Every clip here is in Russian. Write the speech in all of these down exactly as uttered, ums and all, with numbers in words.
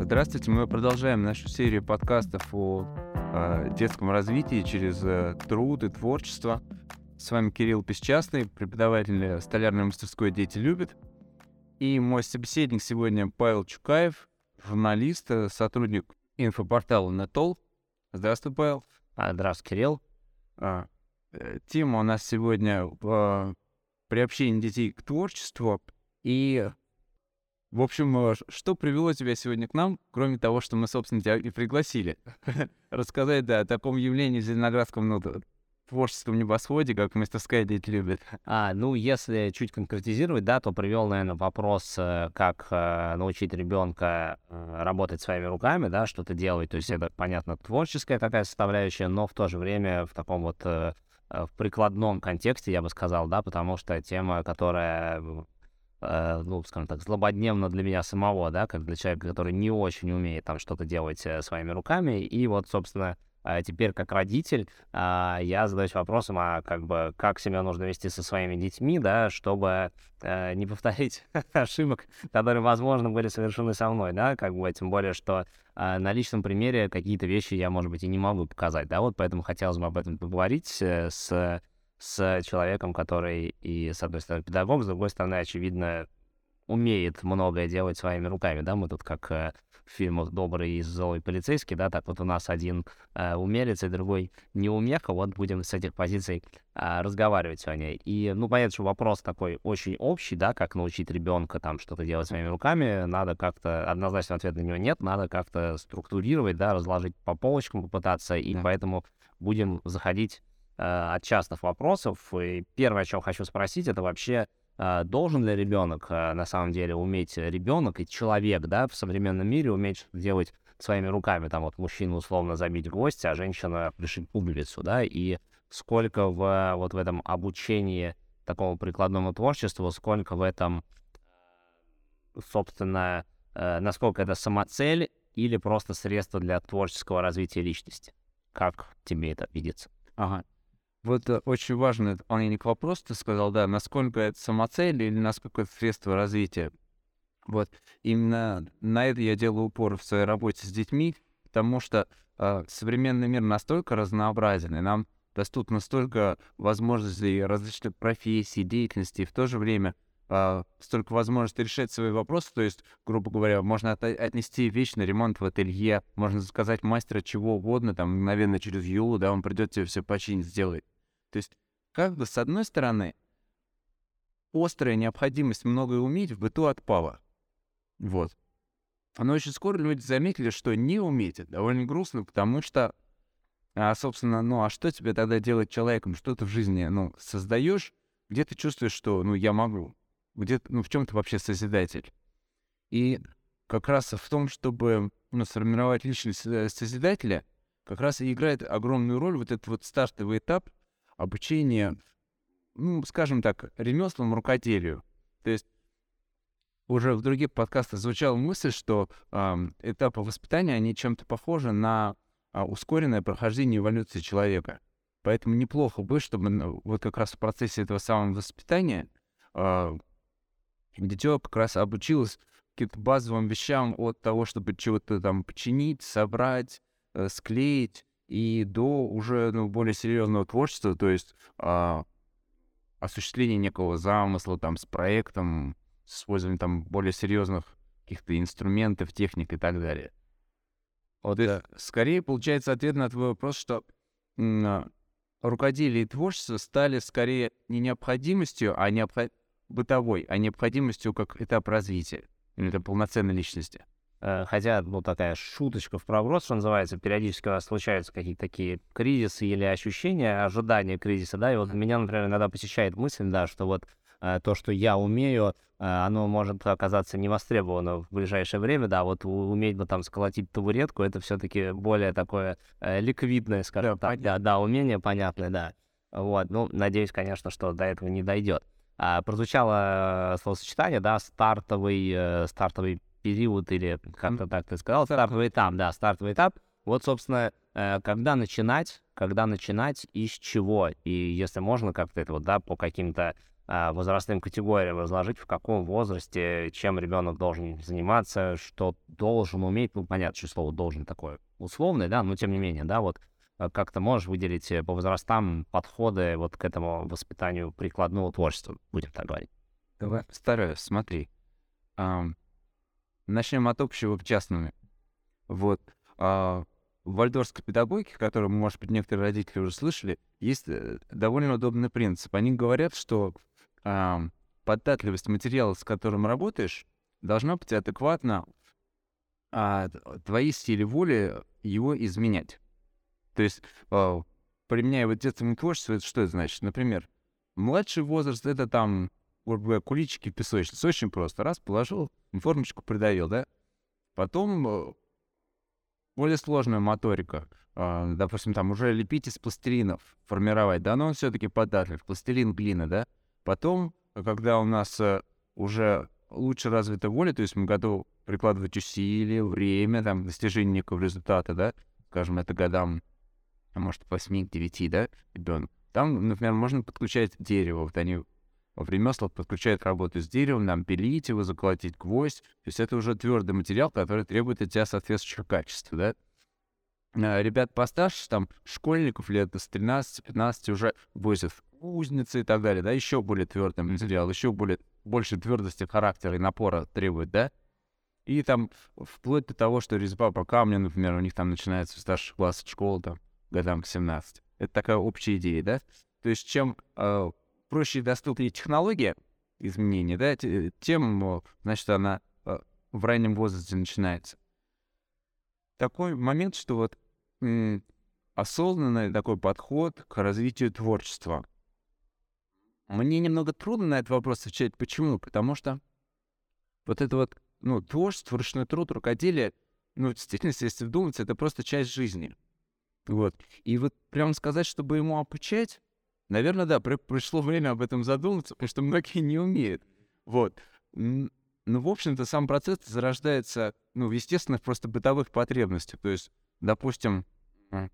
Здравствуйте, мы продолжаем нашу серию подкастов о э, детском развитии через э, труд и творчество. С вами Кирилл Песчастный, преподаватель столярной мастерской «Дети любят». И мой собеседник сегодня Павел Чукаев, журналист, э, сотрудник инфопортала Netall. Здравствуй, Павел. Здравствуй, Кирилл. А, э, тема у нас сегодня э, приобщение детей к творчеству. И, в общем, э, что привело тебя сегодня к нам, кроме того, что мы, собственно, тебя и пригласили? Рассказать, да, о таком явлении в зеленоградском, ну, творческом небосводе, как мастерская «Дети любят». А, ну, если чуть конкретизировать, да, то привел, наверное, вопрос, э, как э, научить ребенка э, работать своими руками, да, что-то делать. То есть это, понятно, творческая такая составляющая, но в то же время в таком вот э, э, в прикладном контексте, я бы сказал, да, потому что тема, которая, э, ну, скажем так, злободневна для меня самого, да, как для человека, который не очень умеет там что-то делать э, своими руками. И вот, собственно, А теперь, как родитель, а, я задаюсь вопросом, а как бы как себя нужно вести со своими детьми, да, чтобы э, не повторить ошибок, которые, возможно, были совершены со мной, да, как бы, тем более, что э, на личном примере какие-то вещи я, может быть, и не могу показать, да, вот поэтому хотелось бы об этом поговорить э, с, с человеком, который и, с одной стороны, педагог, с другой стороны, очевидно, умеет многое делать своими руками, да, мы тут как э, в фильмах «Добрый и злой полицейский», да, так вот у нас один э, умелец и другой неумеха, вот будем с этих позиций э, разговаривать сегодня. И, ну, понятно, что вопрос такой очень общий, да, как научить ребенка там что-то делать своими руками, надо как-то, однозначно ответа на него нет, надо как-то структурировать, да, разложить по полочкам, попытаться, и Да. поэтому будем заходить э, от частных вопросов. И первое, о чем хочу спросить, это вообще, Uh, должен ли ребенок, uh, на самом деле, уметь ребенок и человек, да, в современном мире уметь что-то делать своими руками, там вот мужчина условно забить гвоздь, а женщина пришить пуговицу, да, и сколько в вот в этом обучении такому прикладному творчеству, сколько в этом, собственно, uh, насколько это самоцель или просто средство для творческого развития личности? Как тебе это видится? Ага. Вот э, очень важный дополнение к вопросу, ты сказал, да, насколько это самоцель или насколько это средство развития. Вот именно на это я делаю упор в своей работе с детьми, потому что э, современный мир настолько разнообразен, и нам доступно столько возможностей различных профессий, деятельности, и в то же время э, столько возможностей решать свои вопросы. То есть, грубо говоря, можно от- отнести вещь на ремонт в ателье, можно заказать мастера чего угодно, там, мгновенно через Юлу, да, он придет тебе все починить, сделает. То есть, как бы, с одной стороны, острая необходимость многое уметь в быту отпала. Вот. Но очень скоро люди заметили, что не уметь это довольно грустно, потому что, а, собственно, ну, а что тебе тогда делать человеком? Что ты в жизни, ну, создаешь, где ты чувствуешь, что, ну, я могу? Где, ну, в чем ты вообще созидатель? И как раз в том, чтобы, ну, сформировать личность э, созидателя, как раз и играет огромную роль вот этот вот стартовый этап обучения, ну, скажем так, ремеслам, рукоделию. То есть уже в других подкастах звучала мысль, что э, этапы воспитания, они чем-то похожи на э, ускоренное прохождение эволюции человека. Поэтому неплохо бы, чтобы ну, вот как раз в процессе этого самого воспитания э, дитё как раз обучилось каким-то базовым вещам от того, чтобы чего-то там починить, собрать, э, склеить, и до уже ну, более серьезного творчества, то есть а, осуществления некого замысла там с проектом, с использованием там более серьезных каких-то инструментов, техник и так далее. Вот это скорее получается ответ на твой вопрос, что м, а, рукоделие и творчество стали скорее не необходимостью, а необход... бытовой, а необходимостью как этап развития или это полноценной личности. Э, Хотя, ну, такая шуточка в проброс, что называется, периодически у нас случаются какие-то такие кризисы или ощущения, ожидания кризиса, да, и вот меня, например, иногда посещает мысль, да, что вот э, то, что я умею, э, оно может оказаться не востребовано в ближайшее время, да, вот у- уметь бы там сколотить табуретку, это все-таки более такое э, ликвидное, скажем Да, так, да, да, умение понятное, да, вот, ну, надеюсь, конечно, что до этого не дойдет. А, прозвучало э, словосочетание, да, стартовый, э, стартовый период, или как-то так ты сказал, стартовый этап, да, стартовый этап. Вот, собственно, э, когда начинать, когда начинать и с чего? И если можно как-то это вот, да, по каким-то а, возрастным категориям разложить, в каком возрасте, чем ребенок должен заниматься, что должен уметь, ну, понятно, что слово «должен» такое условное, да, но тем не менее, да, вот а, как-то можешь выделить э, по возрастам подходы вот к этому воспитанию прикладного творчества, будем так говорить. Давай постараюсь, смотри. Ам, начнем от общего к частному. Вот. А, в вальдорфской педагогике, которую, может быть, некоторые родители уже слышали, есть э, довольно удобный принцип. Они говорят, что ам, податливость материала, с которым работаешь, должна быть адекватна а, т- твоей силе воли его изменять. То есть, а, применяя вот детскому творчеству, это что это значит? Например, младший возраст — это там, грубо говоря, куличики в песочнице. Очень просто. Раз, положил, формочку придавил, да? Потом э, более сложная моторика. А, допустим, там уже лепить из пластилинов, формировать, да, но он все-таки податлив. Пластилин, глина, да? Потом, э, когда у нас э, уже лучше развита воля, то есть мы готовы прикладывать усилия, время, там, достижение некого результата, да? Скажем, это годам, а может, восьми девяти, да, ребенок. Там, например, можно подключать дерево. Вот они в ремеслах подключают работу с деревом, нам пилить его, заколотить гвоздь. То есть это уже твердый материал, который требует от тебя соответствующего качества, да. А, ребят постарше, там, школьников лет с тринадцати-пятнадцати уже возят в кузницы и так далее, да, еще более твердый материал, еще более, больше твердости характера и напора требует, да. И там вплоть до того, что резьба по камню, например, у них там начинается в старших классах школы, там, годам к семнадцати. Это такая общая идея, да? То есть чем э, проще и доступнее технология изменения, да, те- тем, э, значит, она э, в раннем возрасте начинается. Такой момент, что вот м, осознанный такой подход к развитию творчества. Мне немного трудно на этот вопрос отвечать. Почему? Потому что вот это вот, ну, творчество, ручной труд, рукоделие, ну, действительно, если вдуматься, это просто часть жизни. Вот. И вот прям сказать, чтобы ему обучать, наверное, да, при- пришло время об этом задуматься, потому что многие не умеют. Вот. М, Ну, в общем-то, сам процесс зарождается, ну, в естественных просто бытовых потребностях. То есть, допустим, м,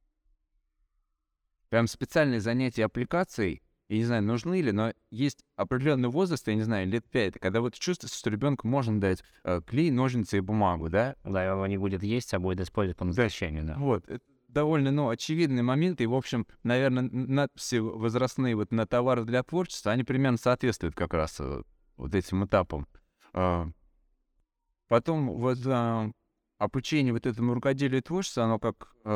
прям специальные занятия аппликацией, я не знаю, нужны ли, но есть определенный возраст, я не знаю, лет пять, когда вот чувствуется, что ребенку можно дать э, клей, ножницы и бумагу, да. Да, его не будет есть, а будет использовать по назначению, да. Вот, это довольно, ну, очевидный момент, и, в общем, наверное, надписи возрастные вот на товары для творчества, они примерно соответствуют как раз э, вот этим этапам. А, Потом вот а, обучение вот этому рукоделию и творчеству, оно как э,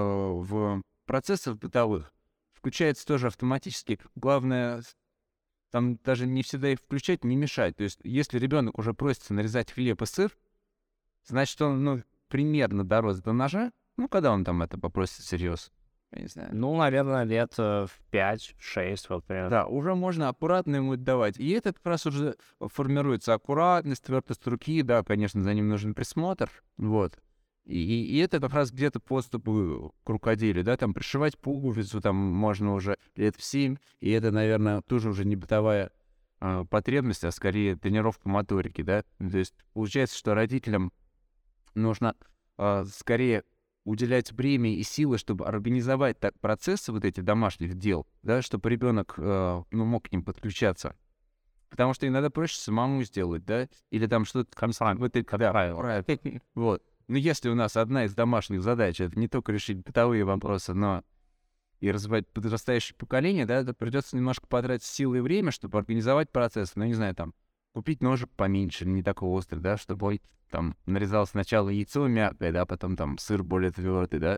в процессах бытовых включается тоже автоматически. Главное, с- там даже не всегда их включать, не мешать. То есть, если ребенок уже просится нарезать хлеб и сыр, значит, он, ну, примерно дорос до ножа. Ну, когда он там это попросит всерьез? Я не знаю. Ну, наверное, лет э, в пять-шесть, вот примерно. Да, уже можно аккуратно ему давать. И это как раз уже формируется аккуратность, твердость руки, да, конечно, за ним нужен присмотр, вот. И, и- и это как раз где-то подступ э, к рукоделию, да, там пришивать пуговицу там можно уже лет в семь, и это, наверное, тоже уже не бытовая а, потребность, а скорее тренировка моторики, да. То есть получается, что родителям нужно а, скорее уделять время и силы, чтобы организовать так процессы вот этих домашних дел, да, чтобы ребенок э, ну, мог к ним подключаться. Потому что иногда проще самому сделать, да, или там что-то Консаль, вот это, как да, правило. правильно. Вот. Но если у нас одна из домашних задач — это не только решить бытовые вопросы, но и развивать подрастающее поколение, да, то придется немножко потратить силы и время, чтобы организовать процесс. Ну, не знаю, там, купить ножик поменьше, не такой острый, да, чтобы он там нарезал сначала яйцо мягкое, да, потом там сыр более твердый, да.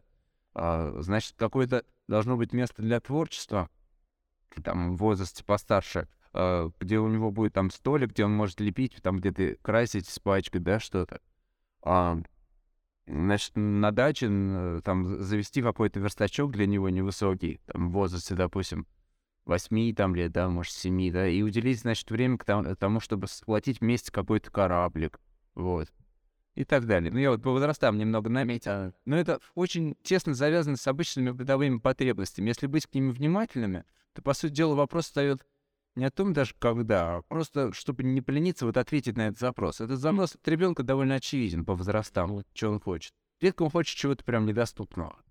А, значит, какое-то должно быть место для творчества, там, в возрасте постарше, а, где у него будет там столик, где он может лепить, там где-то красить, испачкать, да, что-то. А, Значит, на даче н- там з- завести какой-то верстачок для него невысокий, там, в возрасте, допустим, восьми там лет, да, может, семи, да, и уделить, значит, время к тому, тому, чтобы сплотить вместе какой-то кораблик, вот, и так далее. Ну, я вот по возрастам немного наметил, но это очень тесно завязано с обычными бытовыми потребностями. Если быть к ним внимательными, то, по сути дела, вопрос встает не о том даже когда, а просто, чтобы не полениться, вот ответить на этот запрос. Этот запрос от ребенка довольно очевиден по возрастам, вот, что он хочет. Редко он хочет чего-то прям недоступного.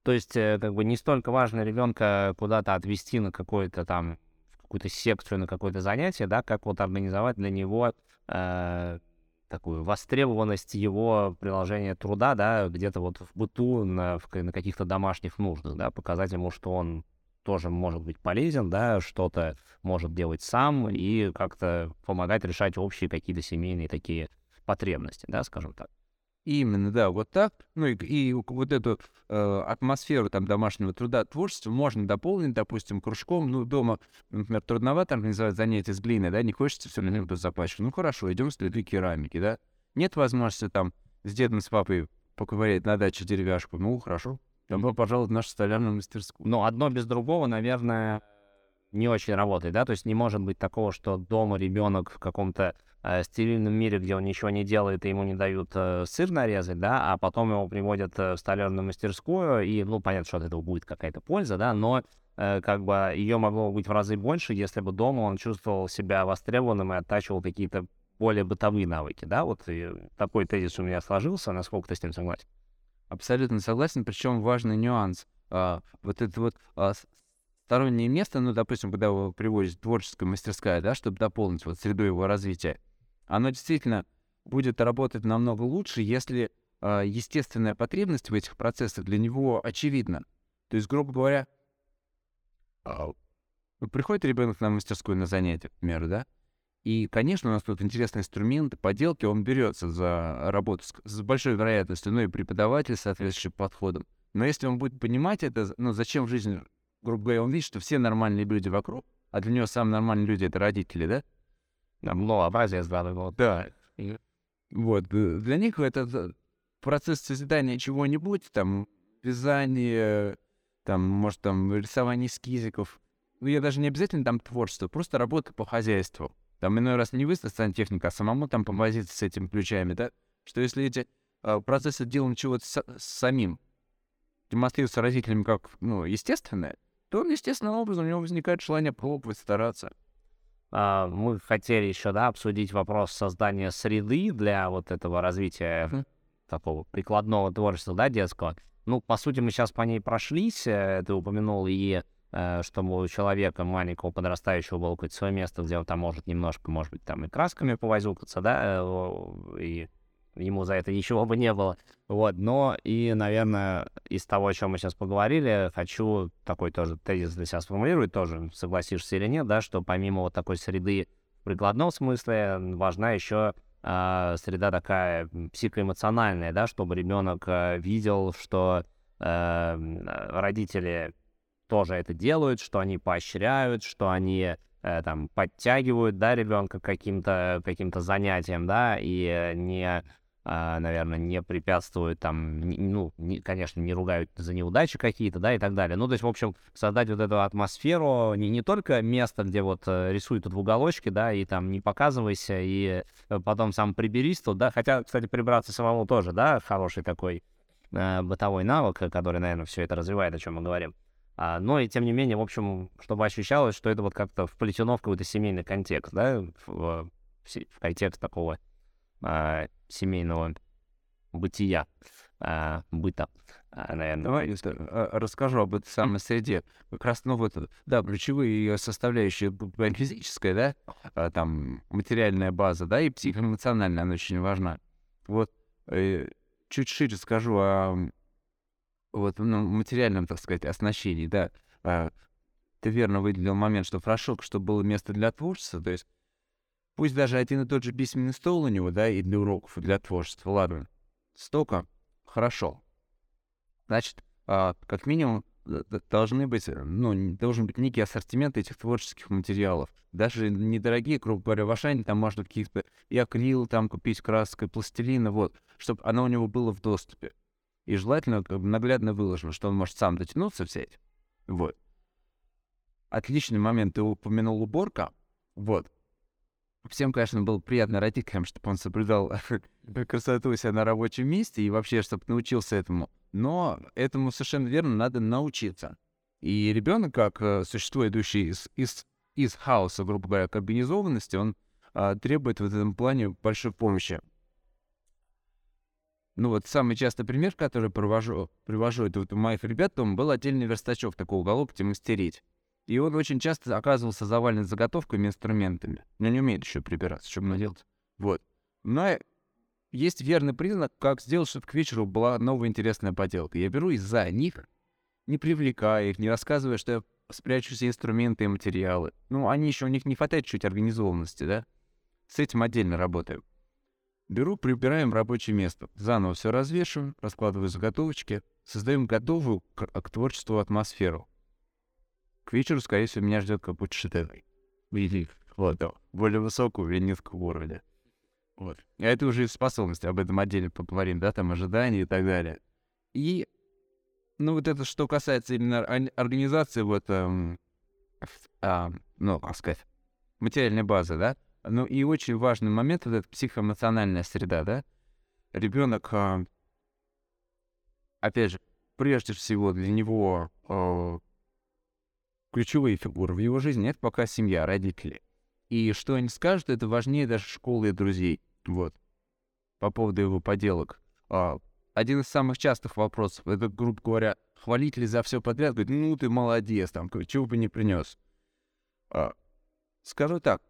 То есть, э, как бы не столько важно ребенка куда-то отвести на какой-то там, в какую-то секцию, на какое-то занятие, да, как вот организовать для него э, такую востребованность его приложения труда, да, где-то вот в быту, на, в ка- на каких-то домашних нуждах, да, показать ему, что он тоже может быть полезен, да, что-то может делать сам и как-то помогать решать общие какие-то семейные такие потребности, да, скажем так. Именно, да, вот так. Ну и, и у- вот эту э, атмосферу там домашнего труда, творчества можно дополнить, допустим, кружком. Ну, дома, например, трудновато организовать занятия с глиной, да, не хочется все время тут запачкать. Ну, хорошо, идем следы керамики, да. Нет возможности там с дедом, с папой поковырять на даче деревяшку. Ну, хорошо. Добро пожаловать в нашу столярную мастерскую. Но одно без другого, наверное, не очень работает, да, то есть не может быть такого, что дома ребенок в каком-то э, стерильном мире, где он ничего не делает, и ему не дают э, сыр нарезать, да, а потом его приводят э, в столярную мастерскую, и, ну, понятно, что от этого будет какая-то польза, да, но э, как бы ее могло быть в разы больше, если бы дома он чувствовал себя востребованным и оттачивал какие-то более бытовые навыки, да, вот и такой тезис у меня сложился, насколько ты с ним согласен? Абсолютно согласен, причем важный нюанс. А, вот это вот а, с- стороннее место, ну, допустим, когда его приводит творческая мастерская, да, чтобы дополнить вот среду его развития, оно действительно будет работать намного лучше, если а, естественная потребность в этих процессах для него очевидна. То есть, грубо говоря, а, ну, приходит ребенок на мастерскую на занятие, к примеру, да, и, конечно, у нас тут интересные инструменты, поделки, он берется за работу с, с большой вероятностью, ну и преподаватель с соответствующим подходом. Но если он будет понимать это, ну зачем в жизни, грубо говоря, он видит, что все нормальные люди вокруг, а для него самые нормальные люди — это родители, да? Там, ну, образец, да, вот. Да. И вот, э, для них это за- процесс созидания чего-нибудь, там, вязание, там, может, там, рисование эскизиков. Ну, я даже не обязательно там творчество, просто работа по хозяйству. Там иной раз не выставить сантехника, а самому там повозиться с этими ключами, да? Что если эти а, процессы делания чего-то са- самим демонстрируются родителями как, ну, естественное, то, естественным образом у него возникает желание пробовать, стараться. А, мы хотели еще, да, обсудить вопрос создания среды для вот этого развития Мгм. такого прикладного творчества, да, детского. Ну, по сути, мы сейчас по ней прошлись. э, Ты упомянул и э, чтобы у человека маленького подрастающего было какое-то свое место, где он там может немножко, может быть, там и красками повозюкаться, да, э, о, и ему за это ничего бы не было. Вот, но и, наверное, из того, о чем мы сейчас поговорили, хочу такой тоже тезис для себя сформулировать, тоже согласишься или нет, да, что помимо вот такой среды в прикладном смысле важна еще а, среда такая м, психоэмоциональная, да, чтобы ребенок а, видел, что а, м, а, родители тоже это делают, что они поощряют, что они э, там подтягивают, да, ребенка к каким-то каким-то занятиям, да, и э, не, а, наверное, не препятствуют там, не- ну, не- конечно, не ругают за неудачи какие-то, да, и так далее. Ну, то есть, в общем, создать вот эту атмосферу, не, не только место, где вот э, рисуй тут в уголочке, да, и там не показывайся, и э, потом сам приберись тут, да, хотя, кстати, прибраться самому тоже, да, хороший такой э, бытовой навык, э, который, наверное, все это развивает, о чем мы говорим. А, но и тем не менее, в общем, чтобы ощущалось, что это вот как-то вплетено в какой-то семейный контекст, да, в, в се- в контекст такого а, семейного бытия, а, быта, наверное. Давай я ста- а, расскажу об этой самой среде. Как раз, ну, вот, да, ключевые ее составляющие, б- б- физическая, да, а, там, материальная база, да, и психоэмоциональная, она очень важна. Вот, э, чуть шире скажу о, м, вот, ну, материальном, так сказать, оснащении, да. А, ты верно выделил момент, что хорошо, чтобы было место для творчества, то есть пусть даже один и тот же письменный стол у него, да, и для уроков, и для творчества, ладно, столько, хорошо. Значит, а, как минимум, д- д- должны быть, э, ну, н- должен быть некий ассортимент этих творческих материалов. Даже недорогие, грубо говоря, в Ашане там можно каких-то и акрил там купить, краска, и пластилина, вот, чтобы оно у него было в доступе. И желательно как бы наглядно выложено, что он может сам дотянуться взять. Вот. Отличный момент, ты упомянул уборка. Вот. Всем, конечно, было приятно родителям, чтобы он соблюдал красоту у себя на рабочем месте и вообще, чтобы научился этому. Но этому совершенно верно надо научиться. И ребенок, как э, существо, идущее из, из, из хаоса, грубо говоря, к организованности, он а, требует в этом плане большой помощи. Ну вот самый частый пример, который привожу, привожу это вот у моих ребят, там был отдельный верстачок, такой уголок, где мастерить. И он очень часто оказывался завален заготовками, инструментами. Но не умеет еще прибираться, что мне делать. Вот. Но есть верный признак, как сделать, чтобы к вечеру была новая интересная поделка. Я беру из-за них, не привлекая их, не рассказывая, что я спрячу все инструменты и материалы. Ну, они еще, у них не хватает чуть организованности, да? С этим отдельно работаю. Беру, прибираем рабочее место. Заново все развешиваем, раскладываю заготовочки, создаем готовую к, к творчеству атмосферу. К вечеру, скорее всего, меня ждет какой-то шедевр. Или вот, да, более высокого или низкого уровня. Вот. А это уже способности, об этом отдельно поговорим, да, там ожидания и так далее. И, ну, вот это, что касается именно организации, вот, эм, а, ну, как сказать, материальной базы, да, ну, и очень важный момент, вот эта психоэмоциональная среда, да, ребенок, а, опять же, прежде всего для него а, ключевые фигуры в его жизни — это пока семья, родители. И что они скажут, это важнее даже школы и друзей. Вот. По поводу его поделок. А, один из самых частых вопросов — это, грубо говоря, хвалители за все подряд. Говорит, ну ты молодец, там, чего бы не принес. А, скажу так,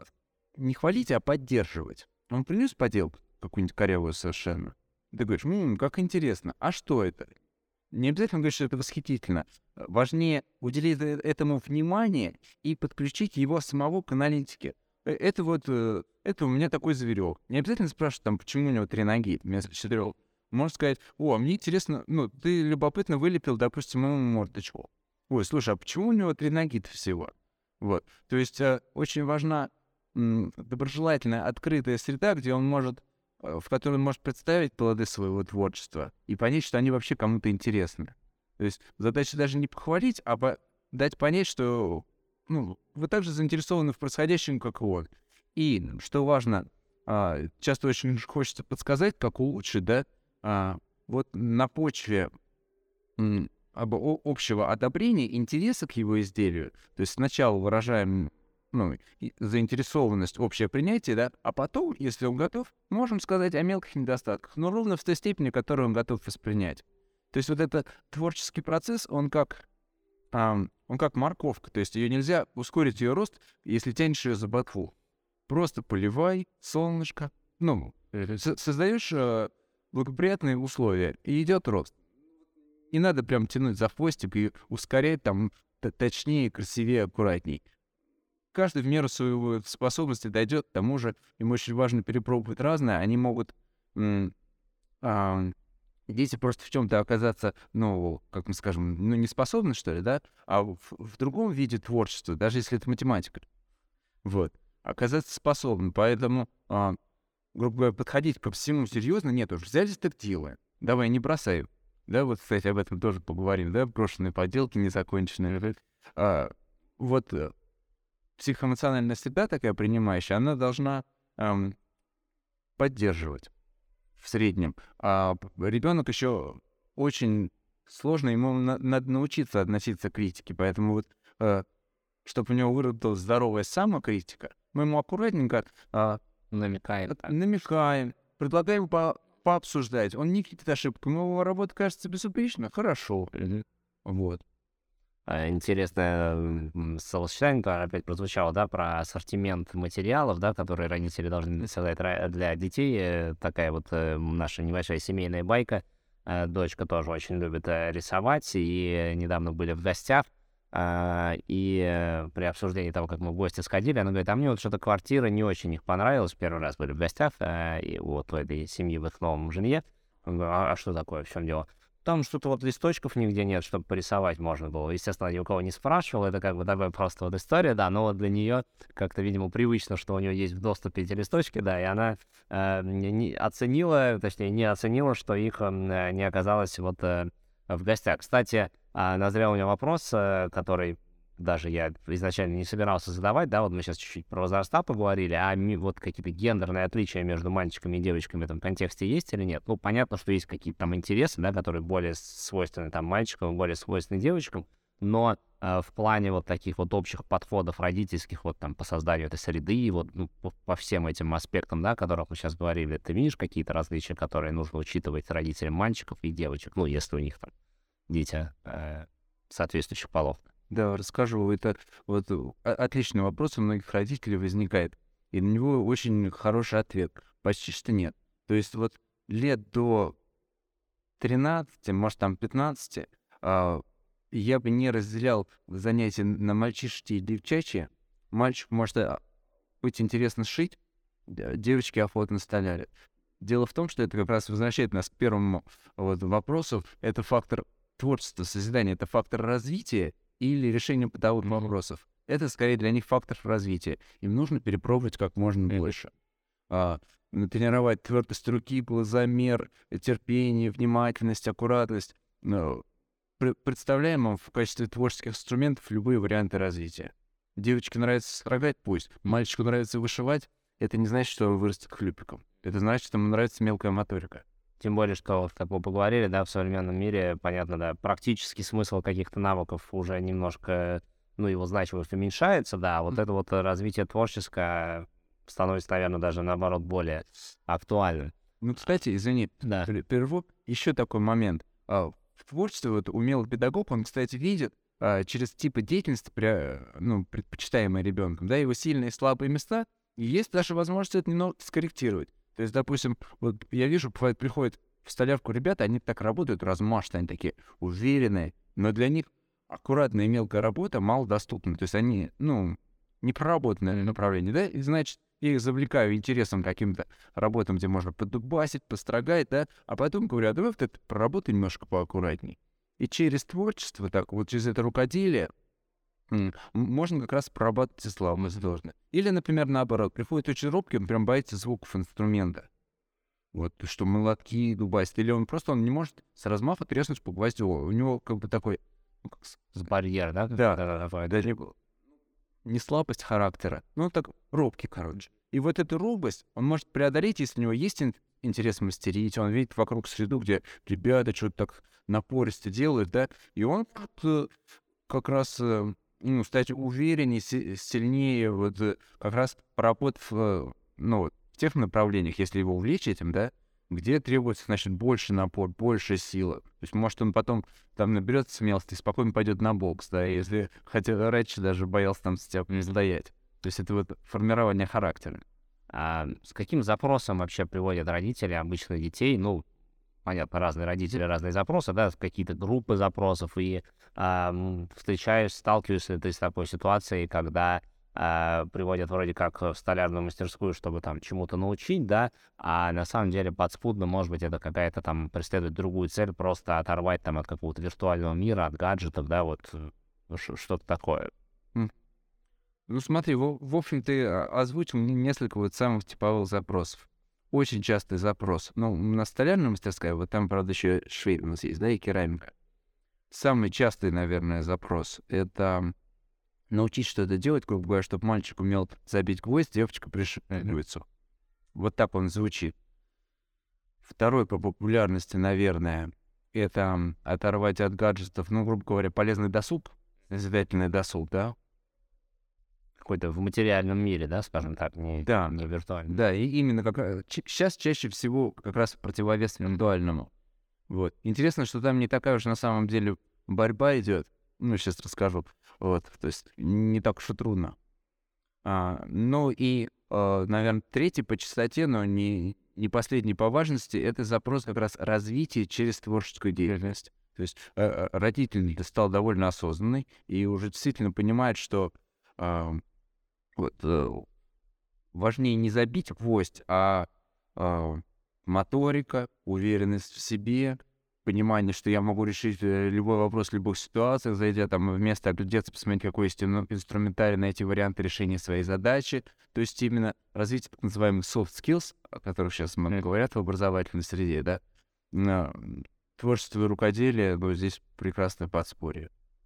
не хвалить, а поддерживать. Он принес поделку какую-нибудь корявую совершенно. Ты говоришь, м-м, как интересно, а что это? Не обязательно говорить, что это восхитительно. Важнее уделить этому внимание и подключить его самого к аналитике. Это вот, это у меня такой зверек. Не обязательно спрашивать, там, почему у него три ноги вместо четырех. Можно сказать, о, мне интересно, ну, ты любопытно вылепил, допустим, ему мордочку. Ой, слушай, а почему у него три ноги-то всего? Вот. То есть очень важна м, доброжелательная, открытая среда, где он может, в которой он может представить плоды своего творчества и понять, что они вообще кому-то интересны. То есть задача даже не похвалить, а по- дать понять, что, ну, вы также заинтересованы в происходящем, как и он. И, что важно, а, часто очень хочется подсказать, как улучшить, да, а, вот на почве м, об, о- общего одобрения, интереса к его изделию. То есть сначала выражаем, ну, и заинтересованность, общее принятие, да, а потом, если он готов, можем сказать о мелких недостатках, но ровно в той степени, которую он готов воспринять. То есть вот этот творческий процесс, он как, ам, он как морковка, то есть ее нельзя ускорить ее рост, если тянешь ее за ботву. Просто поливай, солнышко, ну, э, со- создаешь э, благоприятные условия, и идет рост. Не надо прям тянуть за хвостик и ускорять там т- точнее, красивее, аккуратней. Каждый в меру своего способности дойдет к тому же, им очень важно перепробовать разное, они могут... м, а, дети просто в чем-то оказаться, ну, как мы скажем, ну, не способны, что ли, да, а в, в другом виде творчества, даже если это математика. Вот. Оказаться способны. Поэтому, а, грубо говоря, подходить ко всему серьезно нет уж. Взялись, так делаем. Давай, не бросай. Да, вот, кстати, об этом тоже поговорим, да, брошенные поделки, незаконченные. А, вот э, психоэмоциональная среда такая принимающая, она должна ам, поддерживать в среднем. А ребенок еще очень сложно, ему на- надо научиться относиться к критике. Поэтому вот, э, чтобы у него выработалась здоровая самокритика, мы ему аккуратненько а, Намекает. от- намекаем, предлагаем по пообсуждать. Он не видит ошибку, ему его работа кажется безупречно, хорошо. Вот. А, Интересное м, словосочетание, которое опять прозвучало, да, про ассортимент материалов, да, которые родители должны создать ра- для детей. Э, Такая вот э, наша небольшая семейная байка. Э, Дочка тоже очень любит э, рисовать, и недавно были в гостях, а, и э, при обсуждении того, как мы в гости сходили, она говорит, а мне вот что-то квартира не очень их понравилась. Первый раз были в гостях, э, и вот у этой семьи, в их новом жилье. Я говорю, а, а что такое, в чем дело? Там что-то вот листочков нигде нет, чтобы порисовать можно было. Естественно, ни у кого не спрашивал, это как бы такая просто вот история, да, но вот для нее как-то, видимо, привычно, что у нее есть в доступе эти листочки, да, и она э, не, не оценила, точнее, не оценила, что их э, не оказалось вот э, в гостях. Кстати, э, назрел у меня вопрос, э, который даже я изначально не собирался задавать, да, вот мы сейчас чуть-чуть про возраста поговорили, а ми- вот какие-то гендерные отличия между мальчиками и девочками в этом контексте есть или нет? Ну, понятно, что есть какие-то там интересы, да, которые более свойственны там мальчикам, более свойственны девочкам, но э, в плане вот таких вот общих подходов родительских вот там по созданию этой среды, вот ну, по, по всем этим аспектам, да, о которых мы сейчас говорили, ты видишь какие-то различия, которые нужно учитывать родителям мальчиков и девочек, ну, если у них там дети э, соответствующих полов? Да, расскажу. Это вот о- отличный вопрос у многих родителей возникает. И на него очень хороший ответ. Почти что нет. То есть вот лет до тринадцати, может, там пятнадцати, а, я бы не разделял занятия на мальчишечьи и девчачьи. Мальчику может а, быть интересно шить, д- девочки охотно столярят. Дело в том, что это как раз возвращает нас к первому вот вопросу. Это фактор творчества, созидания, это фактор развития или решения бытовых вопросов. Это скорее для них фактор развития. Им нужно перепробовать как можно больше. А, натренировать твердость руки, глазомер, терпение, внимательность, аккуратность. Ну, пр- представляем им в качестве творческих инструментов любые варианты развития. Девочке нравится строгать, пусть. Мальчику нравится вышивать. Это не значит, что он вырастет хлюпиком. Это значит, что ему нравится мелкая моторика. Тем более, что, вот, как мы поговорили, да, в современном мире, понятно, да, практический смысл каких-то навыков уже немножко, ну, его значимость уменьшается, да, а вот Мгм. это вот э, развитие творческое становится, наверное, даже наоборот более актуальным. Ну, кстати, извини, Да. пер- прерву. Еще такой момент. А, в творчестве вот умелый педагог, он, кстати, видит а, через типы деятельности, пря- ну, предпочитаемые ребенком, да, его сильные и слабые места, и есть даже возможность это немного скорректировать. То есть, допустим, вот я вижу, бывает, приходят в столярку ребята, они так работают размашисто, они такие уверенные, но для них аккуратная и мелкая работа мало доступна. То есть они, ну, не проработанное направление, да, и значит, я их завлекаю интересом каким-то работам, где можно поддубасить, построгать, да, а потом говорю, а давай вот это проработай немножко поаккуратней. И через творчество, так вот через это рукоделие, м, м, можно как раз прорабатывать и славность должно. Или, например, наоборот, приходит очень робкий, он прям боится звуков инструмента. Вот, что молотки дубасит. Или он просто он не может с размаха треснуть по гвоздю. У него как бы такой... ну, как с- С барьер, да? Да, Да, да, да, даже не слабость характера, ну, так робкий, короче. И вот эту робость он может преодолеть, если у него есть ин- интерес мастерить, он видит вокруг среду, где ребята что-то так напористо делают, да, и он вот, э, как раз, э, ну, стать увереннее, си- сильнее, вот, э, как раз поработав, э, ну, вот, в тех направлениях, если его увлечь этим, да, где требуется, значит, больше напор, больше силы. То есть, может, он потом там наберется смелости и спокойно пойдет на бокс, да, если, хотя раньше даже боялся там с тяпами стоять. То есть это вот формирование характера. А с каким запросом вообще приводят родители обычно детей? Ну, понятно, разные родители, разные запросы, да, какие-то группы запросов. И а, м, встречаюсь, сталкиваюсь ли ты с такой ситуацией, когда а, приводят вроде как в столярную мастерскую, чтобы там чему-то научить, да, а на самом деле подспудно, может быть, это какая-то там преследует другую цель, просто оторвать там от какого-то виртуального мира, от гаджетов, да, вот э, ш- что-то такое. М. Ну смотри, в, в общем, ты а, озвучил мне несколько вот самых типовых запросов. Очень частый запрос. Ну, у нас столярная мастерская, вот там, правда, еще швей у нас есть, да, и керамика. Самый частый, наверное, запрос — это научить что-то делать, грубо говоря, чтобы мальчик умел забить гвоздь, девочка пришить пуговицу. Вот так он звучит. Второй по популярности, наверное, это м, оторвать от гаджетов, ну, грубо говоря, полезный досуг, назидательный досуг, да? Какой-то в материальном мире, да, скажем так, не, Да, не виртуальном. да, и именно как сейчас чаще всего как раз противовес виртуальному. Вот. Интересно, что там не такая уж на самом деле борьба идет. Ну, сейчас расскажу. Вот, то есть не так уж и трудно. А, ну и, наверное, третий по частоте, но не, не последний по важности, это запрос как раз развития через творческую деятельность. То есть э, э, родитель стал довольно осознанный и уже действительно понимает, что а, вот, э, важнее не забить гвоздь, а, а, моторика, уверенность в себе, понимание, что я могу решить э, любой вопрос в любых ситуациях, зайдя там в место, оглядеться, посмотреть, какой есть ин- инструментарий, найти варианты решения своей задачи. То есть именно развитие так называемых soft skills, о которых сейчас много Мгм. говорят в образовательной среде, да, на творчество и рукоделие, ну, здесь прекрасное подспорье.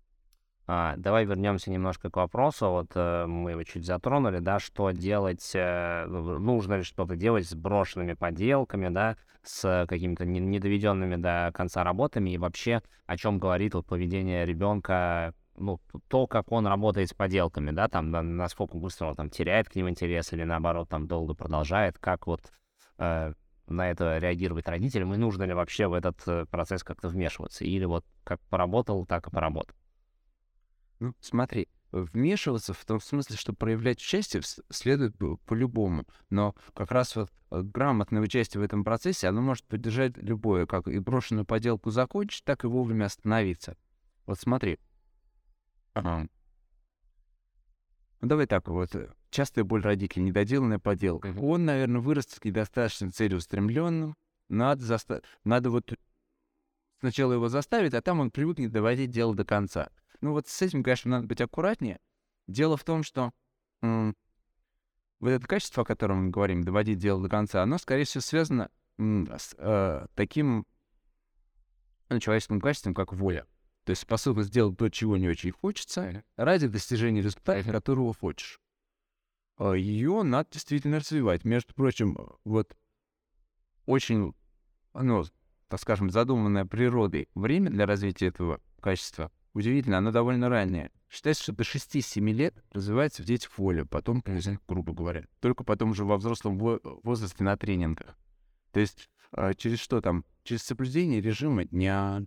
А, давай вернемся немножко к вопросу. Вот э, мы его чуть затронули, да, что делать, э, ну, нужно ли что-то делать с брошенными поделками, да, с какими-то не- недоведенными до конца работами, и вообще о чем говорит вот поведение ребенка ну, то, как он работает с поделками, да, там, на- насколько быстро он там теряет к ним интерес или наоборот там долго продолжает, как вот э, на это реагируют родителям, и нужно ли вообще в этот э, процесс как-то вмешиваться, или вот как поработал, так и поработал. Ну, смотри, вмешиваться в том смысле, что проявлять участие с- следует по- по-любому, но как раз вот э, грамотное участие в этом процессе, оно может поддержать любое, как и брошенную поделку закончить, так и вовремя остановиться. Вот смотри. Ага. Ну, давай так вот. э, Частая боль родителей, недоделанная поделка. Мгм. Он, наверное, вырастет недостаточно целеустремленным. Надо, заста... Надо вот сначала его заставить, а там он привыкнет доводить дело до конца. Ну вот с этим, конечно, надо быть аккуратнее. Дело в том, что м, вот это качество, о котором мы говорим, доводить дело до конца, оно, скорее всего, связано м, с э, таким ну, человеческим качеством, как воля. То есть способность сделать то, чего не очень хочется, ради достижения результата, которого хочешь. Ее надо действительно развивать. Между прочим, э, вот очень, ну, так скажем, задуманное природой время для развития этого качества удивительно, оно довольно раннее. Считается, что до шести-семи лет развивается в детях воля, потом, конечно, грубо говоря, только потом уже во взрослом во- возрасте на тренингах. То есть а, через что там? Через соблюдение режима дня,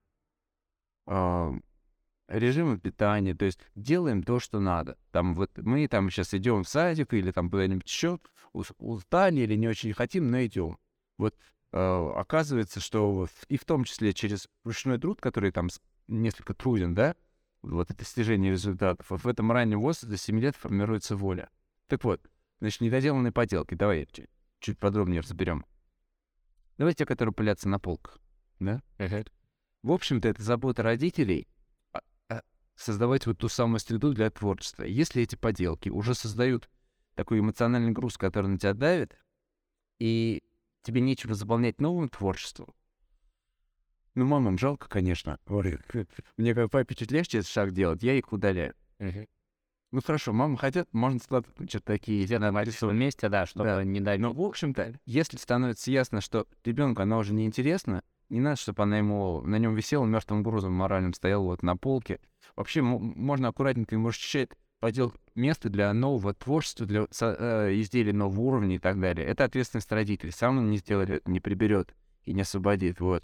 а, режима питания, то есть делаем то, что надо. Там вот мы там сейчас идем в садик или там куда-нибудь еще, ус- устали или не очень хотим, но идем. Вот э, оказывается, что вот и в том числе через ручной труд, который там с- несколько труден, да, вот это достижение результатов, вот в этом раннем возрасте до семи лет формируется воля. Так вот, значит, недоделанные поделки, давай чуть, чуть подробнее разберем. Давай те, которые пылятся на полках, да? В общем-то, это забота родителей а, а, создавать вот ту самую среду для творчества. Если эти поделки уже создают такой эмоциональный груз, который на тебя давит, и тебе нечего заполнять новым творчеством, ну, мамам жалко, конечно. Говорит, мне как папе чуть легче этот шаг делать, я их удаляю. Ну, хорошо, мамы хотят, можно складывать что-то такие. Где-то вместе, да, чтобы Да. не давить. Но, в общем-то, если становится ясно, что ребенку она уже не интересна, не надо, чтобы она ему на нем висела мертвым грузом моральным, стояла вот на полке. Вообще м- можно аккуратненько ему расчищать подел место для нового творчества, для со- э, изделий нового уровня и так далее. Это ответственность родителей. Сам он не сделает, это, не приберет и не освободит. Вот.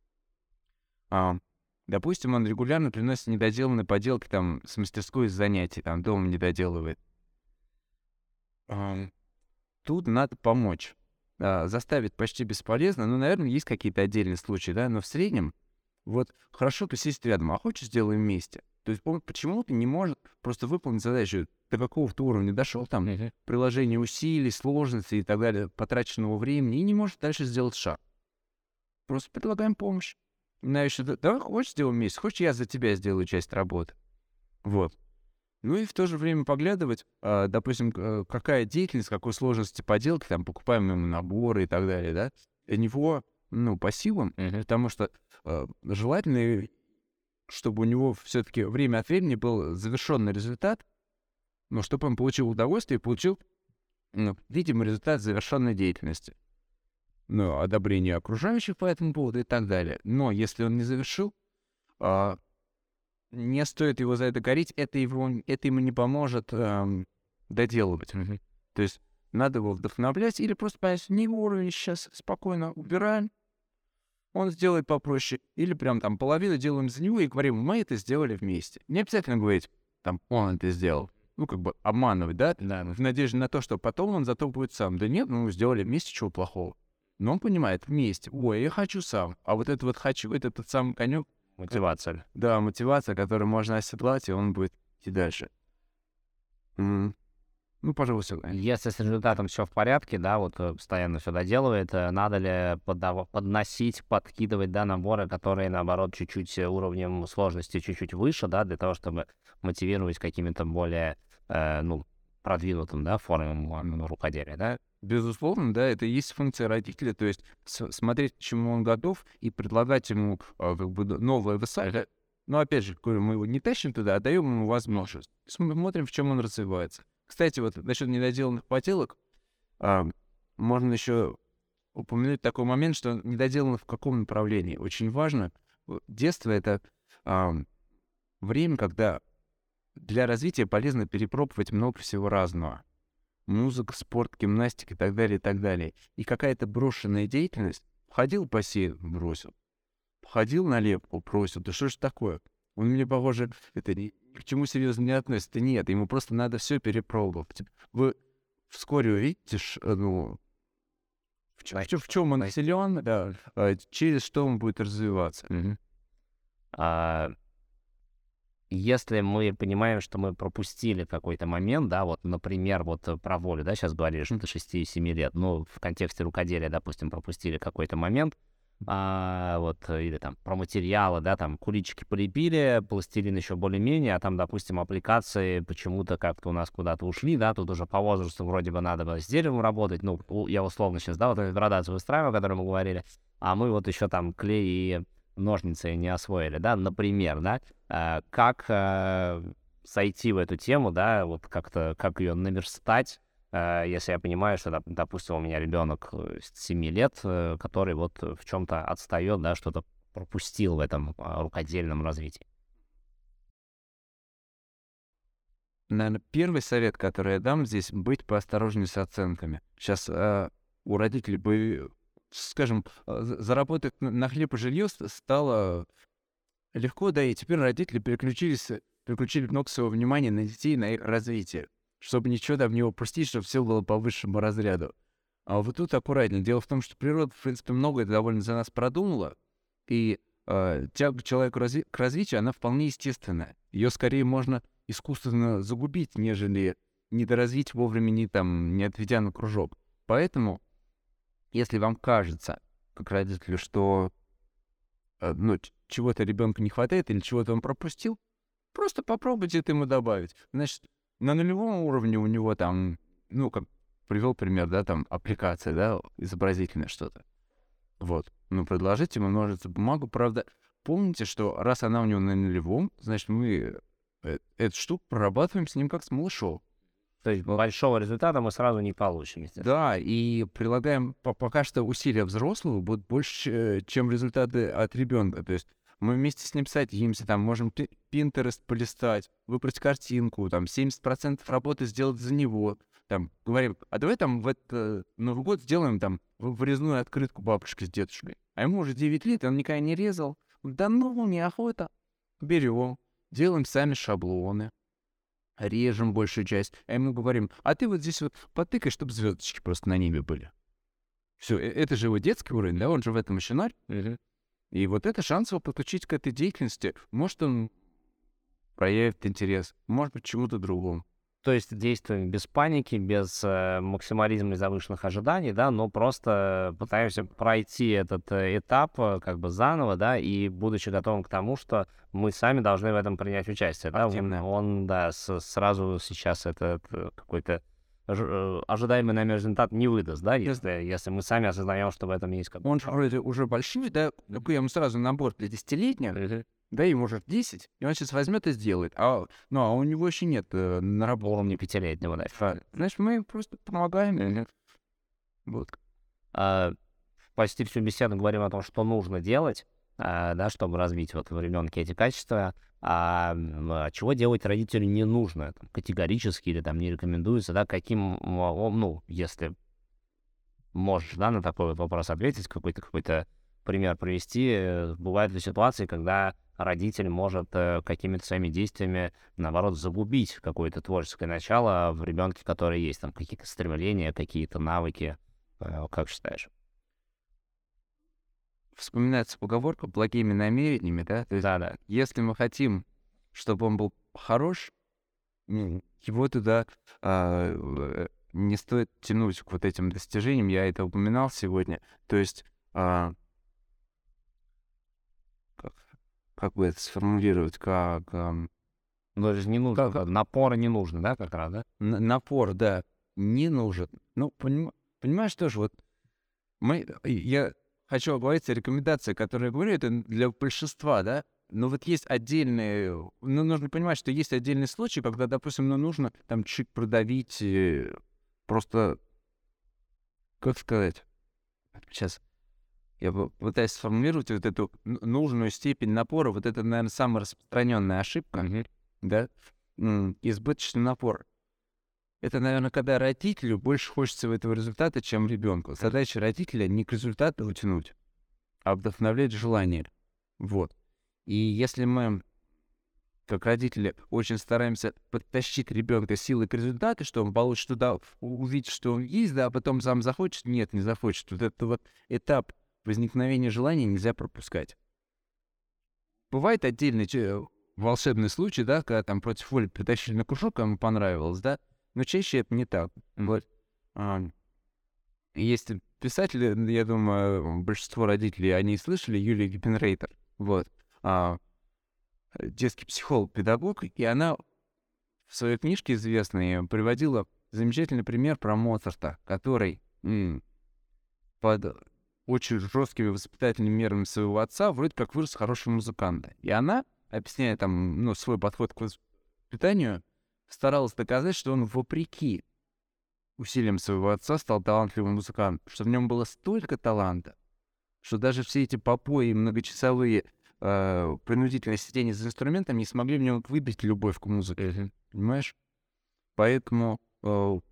А, допустим, он регулярно приносит недоделанные поделки там с мастерской из занятий, там дома не доделывает. А, тут надо помочь. А, заставить почти бесполезно. Ну, наверное, есть какие-то отдельные случаи, да, но в среднем вот хорошо посесть рядом, а хочешь, сделаем вместе. То есть он почему-то не может просто выполнить задачу, до какого-то уровня дошел, там, Мгм. приложение усилий, сложностей и так далее, потраченного времени, и не может дальше сделать шаг. Просто предлагаем помощь. На еще, давай, хочешь, сделаем вместе, хочешь, я за тебя сделаю часть работы. Вот. Ну и в то же время поглядывать, а, допустим, к- э, какая деятельность, какой сложности поделки, там, покупаем ему наборы и так далее, да, для него, ну, по силам, Мгм. потому что э, желательно, чтобы у него все-таки время от времени был завершенный результат, но чтобы он получил удовольствие и получил, ну, видимый результат завершенной деятельности. Ну, одобрение окружающих по этому поводу и так далее. Но если он не завершил, а, не стоит его за это корить, это, его, это ему не поможет эм, доделывать. Мгм. То есть надо его вдохновлять или просто понять, не его уровень сейчас, спокойно убираем, он сделает попроще. Или прям там половину делаем за него и говорим, мы это сделали вместе. Не обязательно говорить, там, он это сделал. Ну, как бы обманывать, да? Да. В надежде на то, что потом он зато будет сам. Да нет, ну, сделали вместе, чего плохого. Но он понимает, вместе. Ой, я хочу сам. А вот это вот хочу, это тот самый конек, Мотивация. да, мотивация, которую можно оседлать, и он будет идти дальше. М. Ну, пожалуй, всё. Если с результатом все в порядке, да, вот э, постоянно все доделывает, э, надо ли поддава- подносить, подкидывать, да, наборы, которые, наоборот, чуть-чуть э, уровнем сложности чуть-чуть выше, да, для того, чтобы мотивировать какими-то более, э, ну, продвинутым, да, формам рукоделия, да? Безусловно, да, это и есть функция родителя, то есть с- смотреть, к чему он готов, и предлагать ему а, как бы д- новое высокое. Но опять же, говорю, мы его не тащим туда, а даем ему возможность. Смотрим, в чем он развивается. Кстати, вот насчет недоделанных поделок, а, можно еще упомянуть такой момент, что недоделано в каком направлении. Очень важно. Вот детство — это а, время, когда для развития полезно перепробовать много всего разного. Музыка, спорт, гимнастика и так далее, и так далее. И какая-то брошенная деятельность. Ходил в бассейн, бросил. Ходил на лепку, бросил. Да что ж такое? Он мне, похоже, это ни, ни к чему серьезно не относится. Нет, ему просто надо все перепробовать. Вы вскоре увидите, ш- ну, в, чё- в, чё- в чем он силен, да, а, через что он будет развиваться. Мгм. А, Если мы понимаем, что мы пропустили какой-то момент, да, вот, например, вот э, про волю, да, сейчас говорили, что до шести-семи лет, ну, в контексте рукоделия, допустим, пропустили какой-то момент, а, вот, э, или там про материалы, да, там куличики полепили, пластилин еще более-менее, а там, допустим, аппликации почему-то как-то у нас куда-то ушли, да, тут уже по возрасту вроде бы надо было с деревом работать, ну, у- я условно сейчас, да, вот эту градацию выстраиваю, о которой мы говорили, а мы вот еще там клей и ножницы не освоили, да, например, да, а, как э, сойти в эту тему, да, вот как-то, как ее наверстать, э, если я понимаю, что, доп- допустим, у меня ребенок семи лет, э, который вот в чем-то отстает, да, что-то пропустил в этом а, рукодельном развитии. Наверное, первый совет, который я дам здесь, быть поосторожнее с оценками. Сейчас у родителей, бы, скажем, а, за- заработать на на хлеб и жилье с- стало легко, да, и теперь родители переключились, э, переключили много своего внимания на детей, на их развитие, чтобы ничего там не упустить, чтобы все было по высшему разряду. А вот тут аккуратнее. Дело в том, что природа, в принципе, многое довольно за нас продумала, и э, тяга к человеку разви- к развитию, она вполне естественная. Ее скорее можно искусственно загубить, нежели недоразвить вовремя, не, там, не отведя на кружок. Поэтому, если вам кажется, как родителю, что э, ну, ч- чего-то ребенку не хватает или чего-то он пропустил, просто попробуйте это ему добавить. Значит, на нулевом уровне у него там, ну, как привел пример, да, там аппликация, да, изобразительное что-то. Вот. Ну, предложите ему ножницы, бумагу. Правда, помните, что раз она у него на нулевом, значит, мы э, эту штуку прорабатываем с ним как с малышом. То есть Вот. большого результата мы сразу не получим, естественно. Да, и прилагаем по- пока что усилия взрослого будут больше, э, чем результаты от ребенка. То есть мы вместе с ним садимся, там можем Pinterest полистать, выбрать картинку, там семьдесят процентов работы сделать за него. Там говорим, а давай там в этот Новый год сделаем там в- вырезную открытку бабушки с дедушкой. А ему уже девять лет, и он никогда не резал. Да ну, неохота. Берем, делаем сами шаблоны, режем большую часть, а ему говорим, а ты вот здесь вот потыкай, чтобы звездочки просто на небе были. Все, это же его детский уровень, да, он же в этом еще нарь. Мгм. И вот это шанс его подключить к этой деятельности. Может, он проявит интерес, может быть, чему-то другому. То есть действуем без паники, без э, максимализма и завышенных ожиданий, да, но просто пытаемся пройти этот э, этап э, как бы заново, да, и будучи готовым к тому, что мы сами должны в этом принять участие, да, Активно. он, да, с- сразу сейчас этот э, какой-то ожи- э, ожидаемый нами результат не выдаст, да, если, если мы сами осознаем, что в этом есть как бы... Он же вроде уже большой, да, такой ему сразу набор для десятилетних, Мгм. да, ему уже десять, и он сейчас возьмет и сделает. А, ну, а у него еще нет э, на работе. Уровня пятилетнего, да. А, Знаешь, мы просто помогаем. Мгм. Вот. А, почти всю беседу говорим о том, что нужно делать, а, да, чтобы развить вот в ребенке эти качества, а, м, а чего делать родителю не нужно, там, категорически или там не рекомендуется, да, каким, м, о- ну, если можешь, да, на такой вот вопрос ответить, какой-то какой-то пример привести, э, бывают ли ситуации, когда родитель может э, какими-то своими действиями, наоборот, загубить какое-то творческое начало в ребенке, который есть, там, какие-то стремления, какие-то навыки, Э, как считаешь? Вспоминается поговорка «благими намерениями», да? То есть, Да-да. если мы хотим, чтобы он был хорош, м, его туда а, э, не стоит тянуть к вот этим достижениям. Я это упоминал сегодня. То есть, а, как, как бы это сформулировать, как ам, Ну, это же не нужно, как, да, напора не нужно, да, как раз, да? н- напор, да, не нужен. Ну, поним- понимаешь, тоже вот мы, я хочу оговориться, рекомендация, которую я говорю, это для большинства, да, но вот есть отдельные, ну, нужно понимать, что есть отдельные случаи, когда, допустим, ну, нужно там чуть продавить, э, просто, как сказать, сейчас я по- пытаюсь сформулировать вот эту н- нужную степень напора, вот это, наверное, самая распространенная ошибка, Мгм. да, м, избыточный напор. Это, наверное, когда родителю больше хочется этого результата, чем ребенку. Задача родителя не к результату утянуть, а вдохновлять желание. Вот. И если мы, как родители, очень стараемся подтащить ребенка силой к результату, что он получит туда, увидит, что он есть, да, а потом сам захочет, нет, не захочет. Вот этот вот этап возникновения желания нельзя пропускать. Бывает отдельный че- волшебный случай, да, когда там против воли притащили на кружок, кому понравилось, да, но чаще это не так. Вот. А, есть писатели, я думаю, большинство родителей, они слышали, Юлия Гиппенрейтер, вот, а, детский психолог-педагог, и она в своей книжке известной приводила замечательный пример про Моцарта, который м, под очень жесткими воспитательными мерами своего отца вроде как вырос хорошим музыкантом. И она, объясняя там, ну, свой подход к воспитанию, старалась доказать, что он вопреки усилиям своего отца стал талантливым музыкантом, что в нем было столько таланта, что даже все эти попои и многочасовые э, принудительное сидение за инструментом не смогли в нем выбить любовь к музыке. Mm-hmm. Понимаешь? Поэтому, э,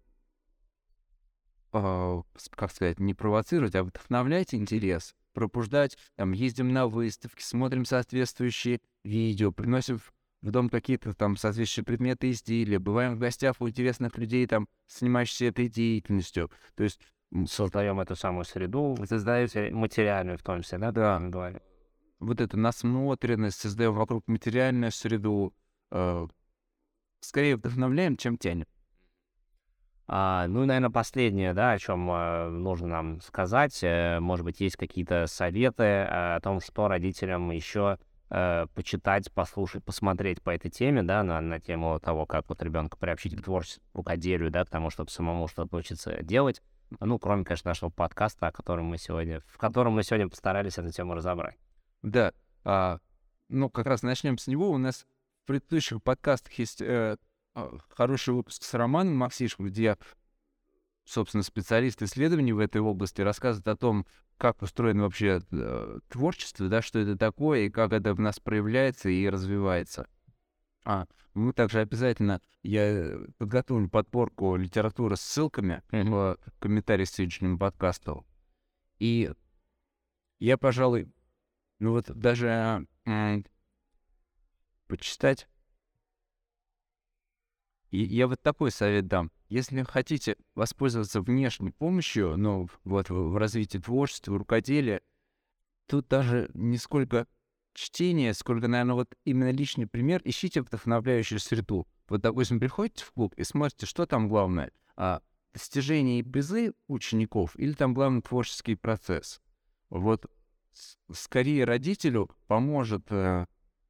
э, как сказать, не провоцировать, а вдохновлять интерес, пробуждать, там, ездим на выставки, смотрим соответствующие видео, приносим в дом какие-то там соответствующие предметы и изделия, бываем в гостях у интересных людей, там, занимающихся этой деятельностью. То есть создаем эту самую среду, создаете материальную в том числе, да? Да. Говоря. Вот эту насмотренность, создаем вокруг материальную среду, э, скорее вдохновляем, чем тянем. А, ну и, наверное, последнее, да, о чем э, нужно нам сказать. Э, может быть, есть какие-то советы э, о том, что родителям еще э, почитать, послушать, посмотреть по этой теме, да, на, на тему того, как вот ребенка приобщить к творчеству, к рукоделию, да, к тому, чтобы самому что-то учиться делать. Ну, кроме, конечно, нашего подкаста, о котором мы сегодня, в котором мы сегодня постарались эту тему разобрать. Да, а, ну, как раз начнем с него. У нас в предыдущих подкастах есть э, хороший выпуск с Романом Максишем, где я, собственно, специалист исследований в этой области, рассказывает о том, как устроено вообще э, творчество, да, что это такое, и как это в нас проявляется и развивается. А, мы также обязательно, я подготовлю подборку литературы с ссылками mm-hmm. в комментарии к сегодняшнему подкасту. И я, пожалуй, ну вот даже э, почитать. И я вот такой совет дам. Если хотите воспользоваться внешней помощью, ну, вот в, в развитии творчества, рукоделия, тут даже не сколько чтение, сколько, наверное, вот именно личный пример, ищите вдохновляющую среду. Вот, допустим, приходите в клуб и смотрите, что там главное, а, достижения и призы учеников или там главный творческий процесс. Вот скорее родителю поможет э,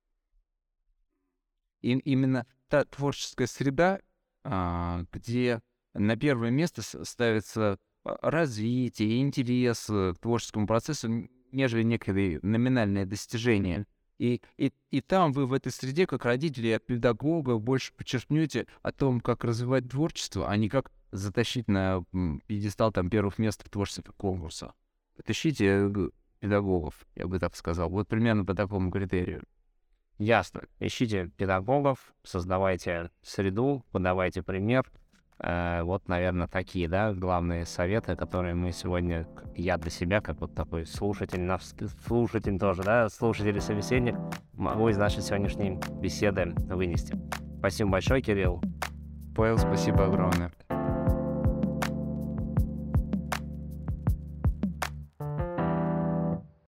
и, именно та творческая среда, э, где на первое место ставится развитие, интерес к творческому процессу, нежели некое номинальное достижение. И, и, и там вы в этой среде, как родители от педагога, больше подчеркнете о том, как развивать творчество, а не как затащить на пьедестал там первых мест в творчестве конкурса. Потащите педагогов, я бы так сказал. Вот примерно по такому критерию. Ясно. Ищите педагогов, создавайте среду, подавайте пример. Э, вот, наверное, такие, да, главные советы, которые мы сегодня, я для себя, как вот такой слушатель, слушатель тоже, да, слушатель и собеседник, могу из нашей сегодняшней беседы вынести. Спасибо большое, Кирилл. Павел, спасибо огромное.